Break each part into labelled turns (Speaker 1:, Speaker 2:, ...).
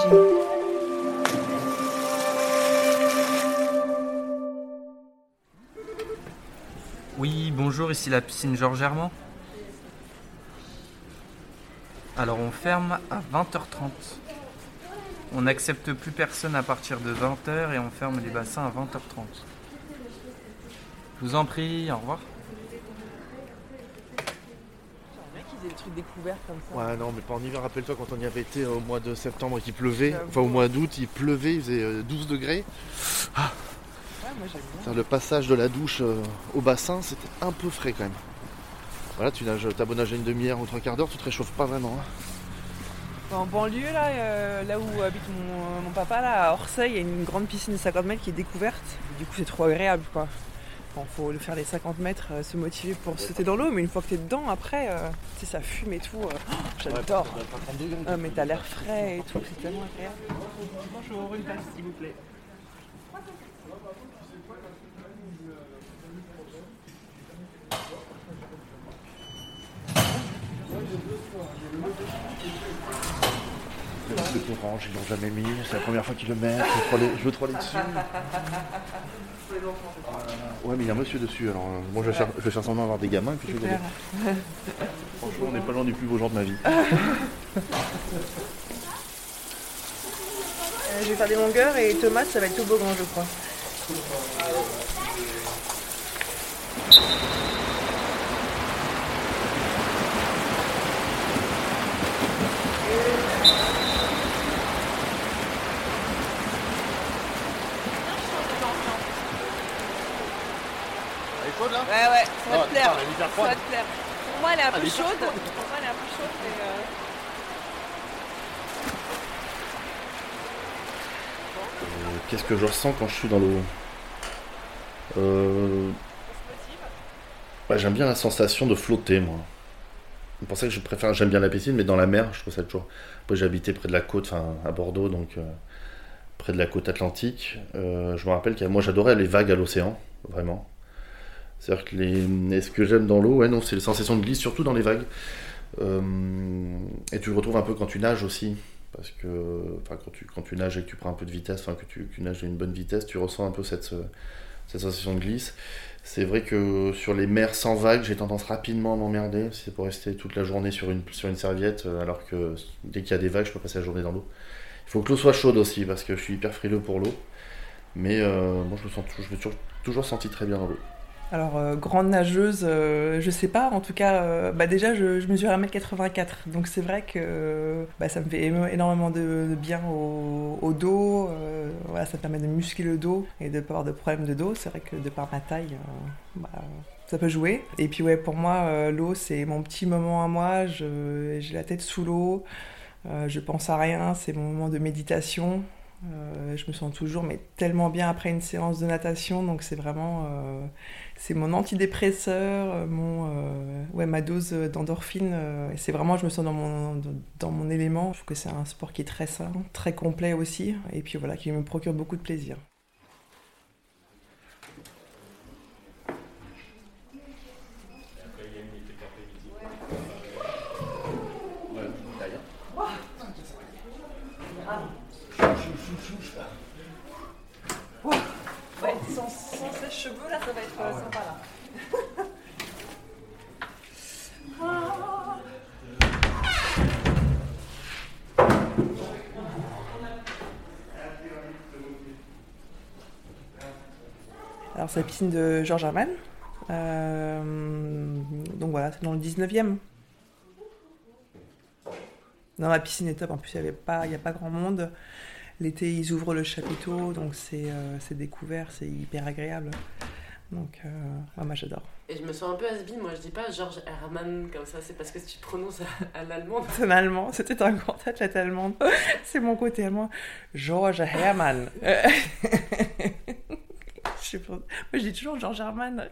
Speaker 1: j'imagine.
Speaker 2: Oui, bonjour, ici la piscine Georges Herman. Alors on ferme à 20h30. On n'accepte plus personne à partir de 20h et on ferme les bassins à 20h30. Je vous en prie, au revoir.
Speaker 1: J'aimerais bien qu'ils aient des trucs découverts comme ça.
Speaker 3: Ouais, non, mais pas en hiver. Rappelle-toi quand on y avait été au mois de septembre et qu'il pleuvait. Enfin, au mois d'août, il pleuvait, il faisait 12 degrés. Ah.
Speaker 1: Ouais, moi j'aime bien.
Speaker 3: Le passage de la douche au bassin, c'était un peu frais quand même. Voilà, t'as beau nager une demi-heure ou trois quarts d'heure, tu te réchauffes pas vraiment. Hein.
Speaker 1: En banlieue, là où habite mon papa, là, à Orsay, il y a une grande piscine de 50 mètres qui est découverte. Du coup, c'est trop agréable, quoi. Bon, faut le faire les 50 mètres, se motiver pour sauter dans l'eau, mais une fois que t'es dedans, après, tu sais, ça fume et tout. J'adore. Mais t'as l'air frais et tout, c'est tellement agréable. Bonjour, une place, s'il vous plaît.
Speaker 3: Le truc orange, ils l'ont jamais mis, c'est la première fois qu'ils le mettent, je veux trop aller dessus. Ouais, mais il y a un monsieur dessus, alors moi je vais faire semblant d'avoir des gamins et puis je vais aller. Franchement, on n'est pas loin du plus beau jour de ma vie.
Speaker 1: Je vais faire des longueurs et tomates, ça va être toboggan, je crois.
Speaker 3: Elle est chaude là?
Speaker 1: Ouais, ça va te plaire.
Speaker 3: Elle est hyper
Speaker 1: Ça
Speaker 3: froide.
Speaker 1: va te plaire. Pour moi, elle est un peu
Speaker 3: Elle est hyper
Speaker 1: chaude.
Speaker 3: froide.
Speaker 1: Pour moi, elle est un peu chaude, mais...
Speaker 3: Qu'est-ce que je ressens quand je suis dans l'eau? J'aime bien la sensation de flotter, moi. C'est pour ça que j'aime bien la piscine, mais dans la mer, je trouve ça toujours. Après, j'ai habité près de la côte, à Bordeaux, donc près de la côte atlantique. Je me rappelle que moi, j'adorais les vagues à l'océan, vraiment. C'est-à-dire que et ce que j'aime dans l'eau, ouais, non, c'est les sensations de glisse, surtout dans les vagues. Et tu le retrouves un peu quand tu nages aussi. Parce que quand tu nages et que tu prends un peu de vitesse, que tu nages à une bonne vitesse, tu ressens un peu cette sensation de glisse. C'est vrai que sur les mers sans vagues, j'ai tendance rapidement à m'emmerder. Si c'est pour rester toute la journée sur une serviette, alors que dès qu'il y a des vagues, je peux passer la journée dans l'eau. Il faut que l'eau soit chaude aussi, parce que je suis hyper frileux pour l'eau. Mais moi, je me suis toujours senti très bien dans l'eau.
Speaker 1: Alors, grande nageuse, je sais pas, en tout cas, déjà je mesure 1m84, donc c'est vrai que ça me fait énormément de bien au dos, voilà, ça me permet de muscler le dos et de ne pas avoir de problème de dos, c'est vrai que de par ma taille, ça peut jouer. Et puis ouais, pour moi, l'eau c'est mon petit moment à moi, j'ai la tête sous l'eau, je pense à rien, c'est mon moment de méditation. Je me sens toujours tellement bien après une séance de natation, donc c'est vraiment c'est mon antidépresseur, ma dose d'endorphine, et c'est vraiment, je me sens dans mon élément. Je trouve que c'est un sport qui est très sain, très complet aussi, et puis voilà, qui me procure beaucoup de plaisir. Ouais, sans sèche-cheveux, là, ça va être sympa, là. Alors, c'est la piscine de Georges Herman. Donc voilà, c'est dans le 19e. Non, la piscine est top. En plus, il n'y a pas grand monde. L'été, ils ouvrent le chapiteau, donc c'est découvert, c'est hyper agréable. Donc, moi, j'adore.
Speaker 4: Et je me sens un peu has-been, moi je dis pas Georges Herman comme ça, c'est parce que tu prononces à l'allemande.
Speaker 1: C'est un allemand, c'était un grand athlète allemand. C'est mon côté allemand. Georges Herman. Je sais pas. Moi, je dis toujours Georges Herman.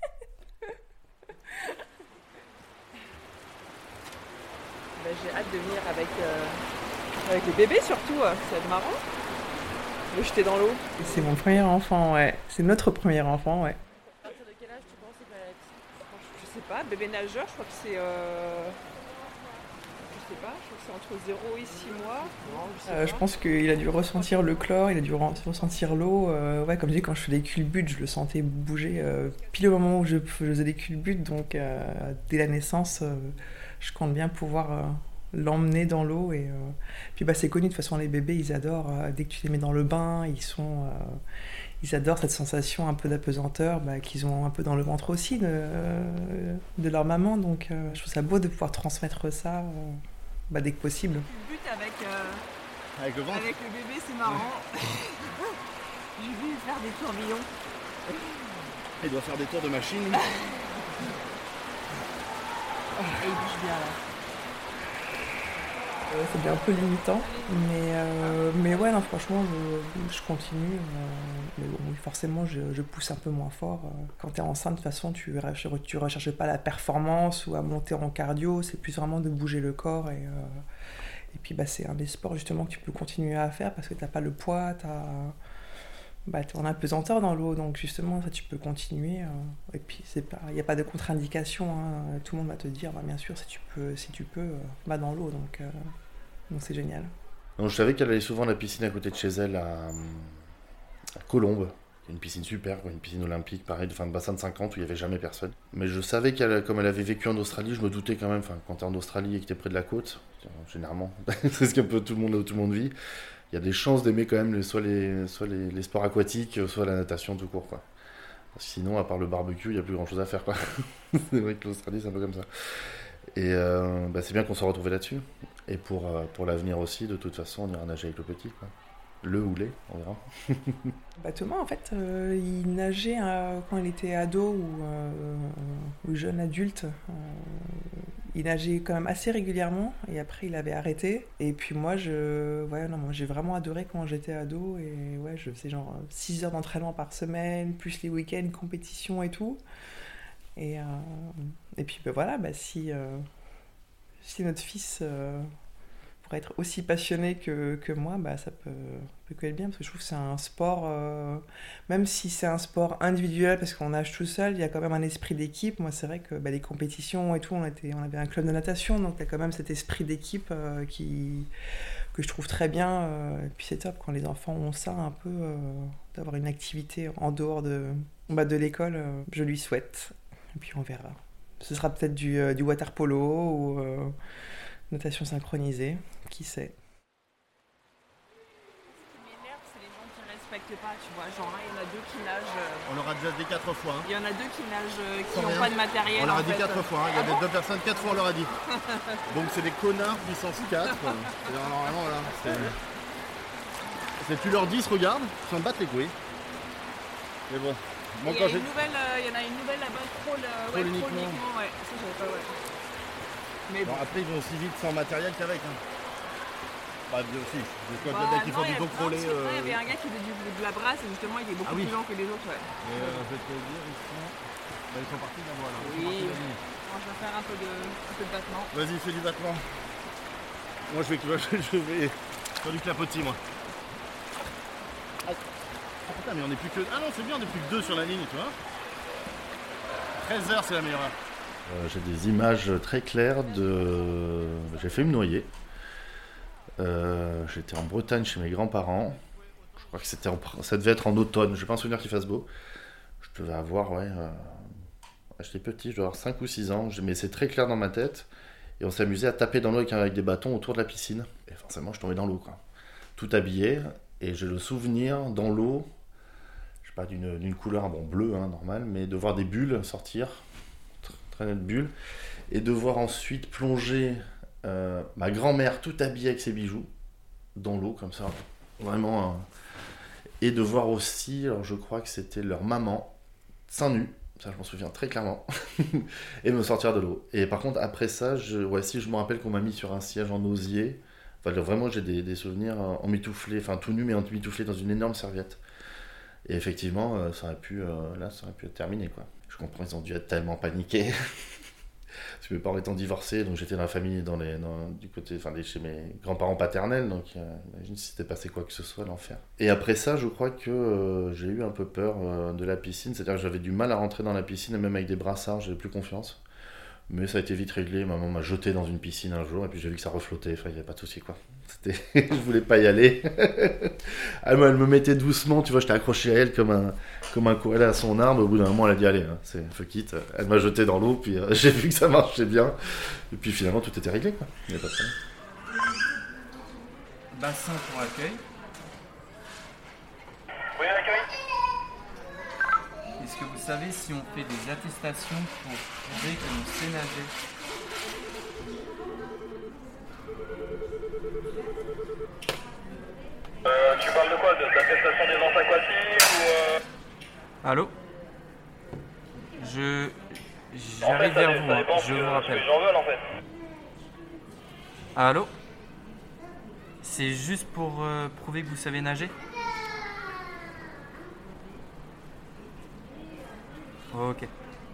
Speaker 1: J'ai hâte de venir avec les bébés surtout, ça va être marrant. Le jeter dans l'eau. C'est mon premier enfant, ouais. C'est notre premier enfant, ouais. À partir de quel âge tu penses qu'il va être? Je sais pas, bébé nageur, je crois que c'est... Je sais pas, je crois que c'est entre 0 et 6 mois. Je pense qu'il a dû ressentir le chlore, il a dû ressentir l'eau. Ouais, comme je dis, quand je fais des culbutes, je le sentais bouger pile au moment où je faisais des culbutes. Donc, dès la naissance, je compte bien pouvoir l'emmener dans l'eau. Et puis, c'est connu, de toute façon, les bébés, ils adorent. Dès que tu les mets dans le bain, ils adorent cette sensation un peu d'apesanteur qu'ils ont un peu dans le ventre aussi de leur maman. Donc je trouve ça beau de pouvoir transmettre ça dès que possible.
Speaker 5: Le but
Speaker 3: Avec le ventre.
Speaker 5: avec le bébé, c'est marrant. J'ai vu faire des tourbillons.
Speaker 3: Il doit faire des tours de machine.
Speaker 5: Et il bouge bien là.
Speaker 1: C'est bien un peu limitant, mais ouais, non, franchement, je continue. Mais bon, oui, forcément, je pousse un peu moins fort. Quand tu es enceinte, de toute façon, tu recherches pas la performance ou à monter en cardio, c'est plus vraiment de bouger le corps. Et puis, c'est un des sports justement que tu peux continuer à faire parce que tu n'as pas le poids, tu es en apesanteur dans l'eau, donc justement, ça, tu peux continuer. Et puis, il n'y a pas de contre-indication. Hein. Tout le monde va te dire, bien sûr, si tu peux, va dans l'eau. Donc c'est génial.
Speaker 3: Donc, je savais qu'elle allait souvent à la piscine à côté de chez elle à Colombes. Une piscine super, une piscine olympique, pareil, de bassin de 50 où il n'y avait jamais personne. Mais je savais comme elle avait vécu en Australie, je me doutais quand même, quand tu es en Australie et que tu es près de la côte, généralement, c'est ce qu'un peu tout le monde vit, il y a des chances d'aimer quand même soit les sports aquatiques, soit la natation tout court, quoi. Parce que sinon, à part le barbecue, il n'y a plus grand chose à faire, quoi. C'est vrai que l'Australie, c'est un peu comme ça. Et c'est bien qu'on soit retrouvés là-dessus. Et pour l'avenir aussi, de toute façon, on ira nager avec le petit, quoi. Le ou les, on verra.
Speaker 1: Thomas, en fait, il nageait quand il était ado ou jeune adulte. Il nageait quand même assez régulièrement et après il avait arrêté. Et puis moi, moi j'ai vraiment adoré quand j'étais ado. Et ouais, je faisais genre 6 heures d'entraînement par semaine, plus les week-ends, compétition et tout. Et puis si notre fils pourrait être aussi passionné que moi, ça peut que être bien, parce que je trouve que c'est un sport, même si c'est un sport individuel, parce qu'on nage tout seul, il y a quand même un esprit d'équipe. Moi, c'est vrai que les compétitions et tout, on avait un club de natation, donc il y a quand même cet esprit d'équipe que je trouve très bien. Et puis c'est top quand les enfants ont ça, un peu, d'avoir une activité en dehors de l'école. Je lui souhaite. Et puis on verra. Ce sera peut-être du water polo ou natation synchronisée, qui sait.
Speaker 5: Ce qui m'énerve, c'est les gens qui respectent pas, tu vois. Genre là, il y en a 2 qui nagent.
Speaker 3: On leur a déjà dit 4 fois.
Speaker 5: Il y en a 2 qui nagent, qui
Speaker 3: Sans
Speaker 5: n'ont
Speaker 3: rien.
Speaker 5: pas de matériel.
Speaker 3: On leur a dit
Speaker 5: en fait.
Speaker 3: 4 fois. Il y avait 2 personnes, 4 fois on leur a dit. Donc c'est des connards puissance 4. Normalement, là, tu leur dis, regarde, ils s'en battent les couilles. Mais bon.
Speaker 5: Il y en a une nouvelle là-bas, Crawl uniquement. Ouais, ça j'avais pas, ouais. Mais
Speaker 3: bon, après ils vont aussi vite sans matériel qu'avec. Aussi. Des squats de mecs qui font du dos crawlé.
Speaker 5: Il y avait un gars qui faisait de la brasse et justement il est beaucoup plus lent que les autres. Ouais.
Speaker 3: Mais je vais te le dire, ils sont partis de la voie là.
Speaker 5: Oui. Moi je vais faire un peu de battement.
Speaker 3: Vas-y, fais du battement. Moi je vais faire du clapotis moi. Ah putain, mais on est plus que. Ah non, c'est bien, on est plus que 2 sur la ligne, tu vois. 13 heures, c'est la meilleure heure. J'ai des images très claires j'ai failli me noyer. J'étais en Bretagne chez mes grands-parents. Je crois que ça devait être en automne. J'ai pas un souvenir qu'il fasse beau. Je devais avoir, j'étais petit, je devais avoir 5 ou 6 ans. Mais c'est très clair dans ma tête. Et on s'amusait à taper dans l'eau avec des bâtons autour de la piscine. Et forcément, je tombais dans l'eau, quoi. Tout habillé. Et j'ai le souvenir dans l'eau, je sais pas, d'une couleur bleue, normal, mais de voir des bulles sortir. Très nette bulle, et de voir ensuite plonger ma grand-mère tout habillée avec ses bijoux dans l'eau comme ça, vraiment, et de voir aussi, alors je crois que c'était leur maman seins nus, ça je m'en souviens très clairement, et me sortir de l'eau. Et par contre après ça, si je me rappelle qu'on m'a mis sur un siège en osier, vraiment j'ai des souvenirs emmitouflés, tout nu mais emmitouflé dans une énorme serviette. Et effectivement, ça aurait pu être terminé, quoi. Je comprends, ils ont dû être tellement paniqués. Parce que mes parents étant divorcés, donc j'étais dans la famille du côté, chez mes grands-parents paternels, donc imagine si c'était passé quoi que ce soit, l'enfer. Et après ça, je crois que j'ai eu un peu peur de la piscine, c'est-à-dire que j'avais du mal à rentrer dans la piscine, et même avec des brassards, j'avais plus confiance. Mais ça a été vite réglé, maman m'a jeté dans une piscine un jour et puis j'ai vu que ça reflottait, enfin il n'y avait pas de souci quoi. Je voulais pas y aller. Elle me mettait doucement, tu vois, j'étais accroché à elle comme un koala à son arbre. Au bout d'un moment elle a dit allez, hein, c'est fuck it. Elle m'a jeté dans l'eau, puis j'ai vu que ça marchait bien. Et puis finalement tout était réglé quoi, il n'y avait pas de problème.
Speaker 2: Bassin pour accueil.
Speaker 6: Oui, accueil.
Speaker 2: Est-ce que vous savez si on fait des attestations pour prouver que l'on sait nager?
Speaker 6: Tu parles de quoi? De l'attestation des ventes aquatiques ou
Speaker 2: Allô? J'arrive vers vous, hein. Je vous rappelle.
Speaker 6: J'en veux en fait.
Speaker 2: Allô? C'est juste pour prouver que vous savez nager? Ok.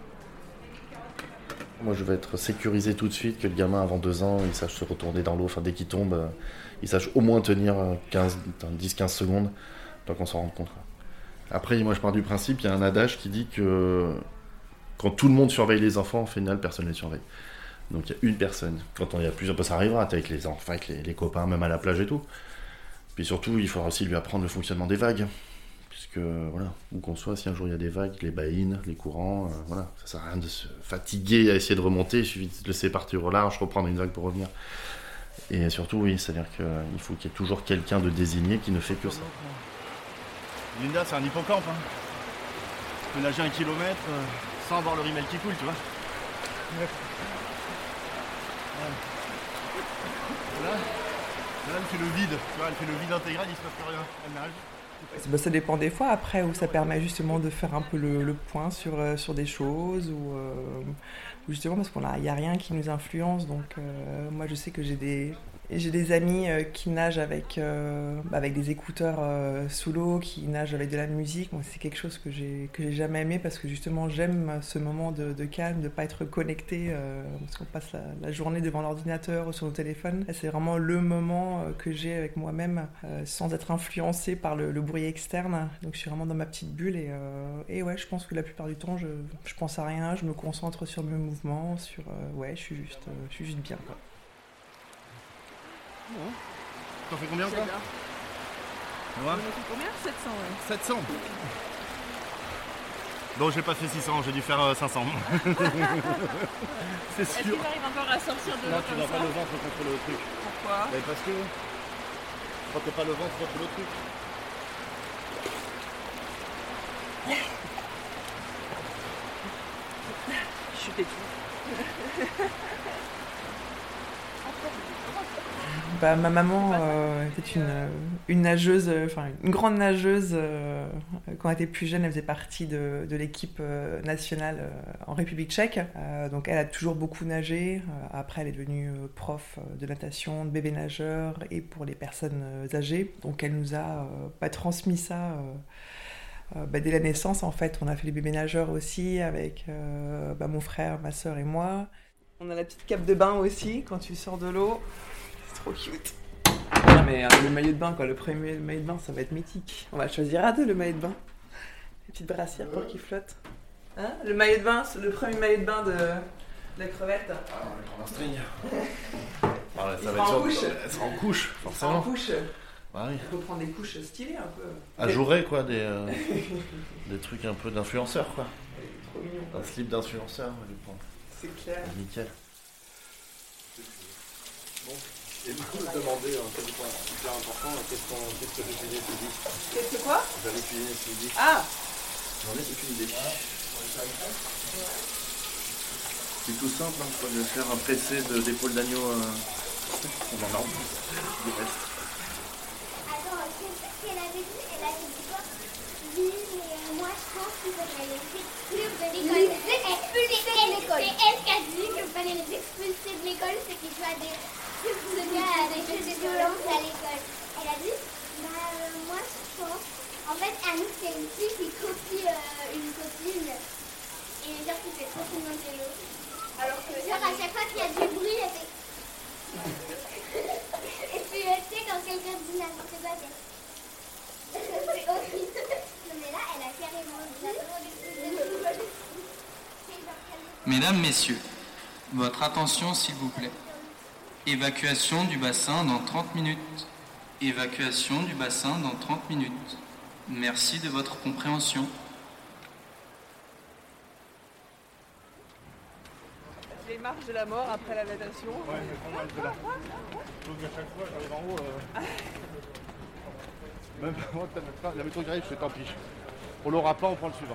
Speaker 3: Moi je vais être sécurisé tout de suite, que le gamin avant 2 ans il sache se retourner dans l'eau, enfin dès qu'il tombe, il sache au moins tenir 10-15 secondes tant qu'on s'en rende compte quoi. Après moi je pars du principe, il y a un adage qui dit que quand tout le monde surveille les enfants, au final personne ne les surveille. Donc il y a une personne, quand il y a plusieurs, ça arrivera avec les enfants, avec les copains, même à la plage et tout. Puis surtout il faudra aussi lui apprendre le fonctionnement des vagues. Puisque voilà, où qu'on soit, si un jour il y a des vagues, les baïnes, les courants, voilà, ça sert à rien de se fatiguer à essayer de remonter, il suffit de laisser partir au large, reprendre une vague pour revenir. Et surtout, oui, c'est-à-dire qu'il faut qu'il y ait toujours quelqu'un de désigné qui ne fait que ça.
Speaker 7: Linda, c'est un hippocampe. Hein. Tu peux nager 1 kilomètre sans avoir le rimel qui coule, tu vois. Là, elle fait le vide, tu vois, elle fait le vide intégral, il se passe plus rien. Elle nage.
Speaker 1: Ça dépend des fois après où ça permet justement de faire un peu le point sur des choses ou justement parce qu'il n'y a rien qui nous influence. Donc moi je sais que j'ai des amis qui nagent avec des écouteurs sous l'eau, qui nagent avec de la musique. Moi c'est quelque chose que j'ai jamais aimé parce que justement j'aime ce moment de calme, de ne pas être connecté parce qu'on passe la journée devant l'ordinateur ou sur nos téléphones. Et c'est vraiment le moment que j'ai avec moi-même sans être influencé par le bruit externe. Donc je suis vraiment dans ma petite bulle et ouais, je pense que la plupart du temps je pense à rien, je me concentre sur mes mouvements, je suis juste bien quoi.
Speaker 7: Bon. T'en fais combien toi?
Speaker 5: Ouais. Combien? 700, ouais.
Speaker 7: 700. Non, j'ai pas fait 600, j'ai dû faire 500. C'est
Speaker 5: Est-ce
Speaker 7: sûr.
Speaker 5: qu'il arrive encore à sortir de l'eau
Speaker 7: Là, tu
Speaker 5: comme
Speaker 7: n'as
Speaker 5: ça?
Speaker 7: pas le ventre contre le truc.
Speaker 5: Pourquoi?
Speaker 7: Mais parce que quand t'as pas le ventre contre le truc.
Speaker 5: Je suis têtue.
Speaker 1: Ma maman était une nageuse, une grande nageuse. Quand elle était plus jeune, elle faisait partie de l'équipe nationale en République tchèque. Donc elle a toujours beaucoup nagé. Après, elle est devenue prof de natation, de bébé nageur et pour les personnes âgées. Donc elle nous a transmis ça. Dès la naissance, en fait, on a fait les bébés nageurs aussi avec mon frère, ma soeur et moi. On a la petite cape de bain aussi quand tu sors de l'eau. Trop cute. Ah, mais le maillot de bain, quoi, le premier maillot de bain, ça va être mythique. On va choisir à deux le maillot de bain. Les petites brassières pour qu'il flotte. Hein? Le maillot de bain, le premier maillot de bain de la crevette.
Speaker 3: Ah, on va string.
Speaker 1: Ça va être en couche.
Speaker 3: Elle sera en couche, forcément.
Speaker 1: En couche.
Speaker 3: Bah oui.
Speaker 1: Il faut prendre des couches stylées un peu.
Speaker 3: Ajourer quoi, des trucs un peu d'influenceurs quoi.
Speaker 1: Trop mignon.
Speaker 3: Un slip d'influenceur, on va lui prendre.
Speaker 1: C'est clair.
Speaker 3: Nickel. Bon. Et du coup, je demandais un peu point hyper important, qu'est-ce que je vais cuisiner ce midi?
Speaker 1: Qu'est-ce que quoi?
Speaker 3: J'allais cuisiner ce midi.
Speaker 1: Ah!
Speaker 3: J'en ai aucune idée. C'est tout simple, hein. Je vais faire un pressé d'épaule d'agneau. On en a en plus du reste.
Speaker 8: Attends, qu'est-ce qu'elle avait dit? Elle avait dit quoi? Oui, mais moi je pense qu'il faudrait les exclure de l'école. C'est elle qui a dit qu'il fallait les expulser de l'école, c'est qu'ils jouent à des jeux de violence à l'école. Elle a dit, moi je pense, en fait Anouk c'est une fille qui copie une copine et genre qui fait trop son intello. Alors que genre à chaque fois qu'il y a du bruit, elle fait... Et puis tu sais quand quelqu'un dit n'importe quoi, c'est horrible. Non mais là elle a carrément dit...
Speaker 2: Mesdames, messieurs, Votre attention s'il vous plaît. Évacuation du bassin dans 30 minutes. Évacuation du bassin dans 30 minutes. Merci de votre compréhension.
Speaker 5: Les marches de la mort après la natation.
Speaker 7: Ouais, c'est pas mal de là. Donc à chaque fois, j'arrive en haut. Même moi, la méthode que j'arrive, je fais tant pis. On l'aura pas, on prend le suivant.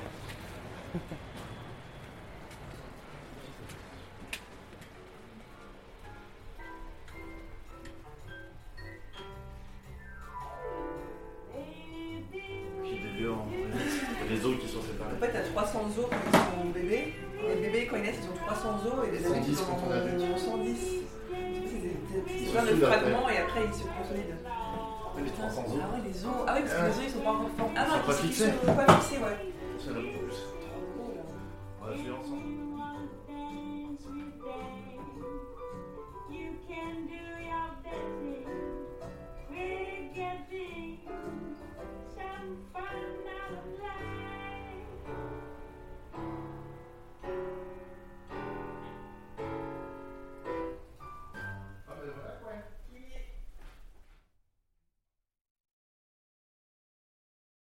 Speaker 3: Les os qui sont séparés.
Speaker 1: En fait, t'as 300 os quand ils sont bébés. Les bébés, quand ils naissent, ils ont 300 os et les adultes, ils en ont 110. C'est plein de fragments et après, ils se consolident.
Speaker 3: Les 300 os.
Speaker 1: Ah ouais, les os. Ah oui, parce que les os, ils sont pas encore forts. Ah non,
Speaker 3: Ils sont pas fixés.
Speaker 1: Ils sont pas fixés, ouais.
Speaker 3: C'est un peu plus.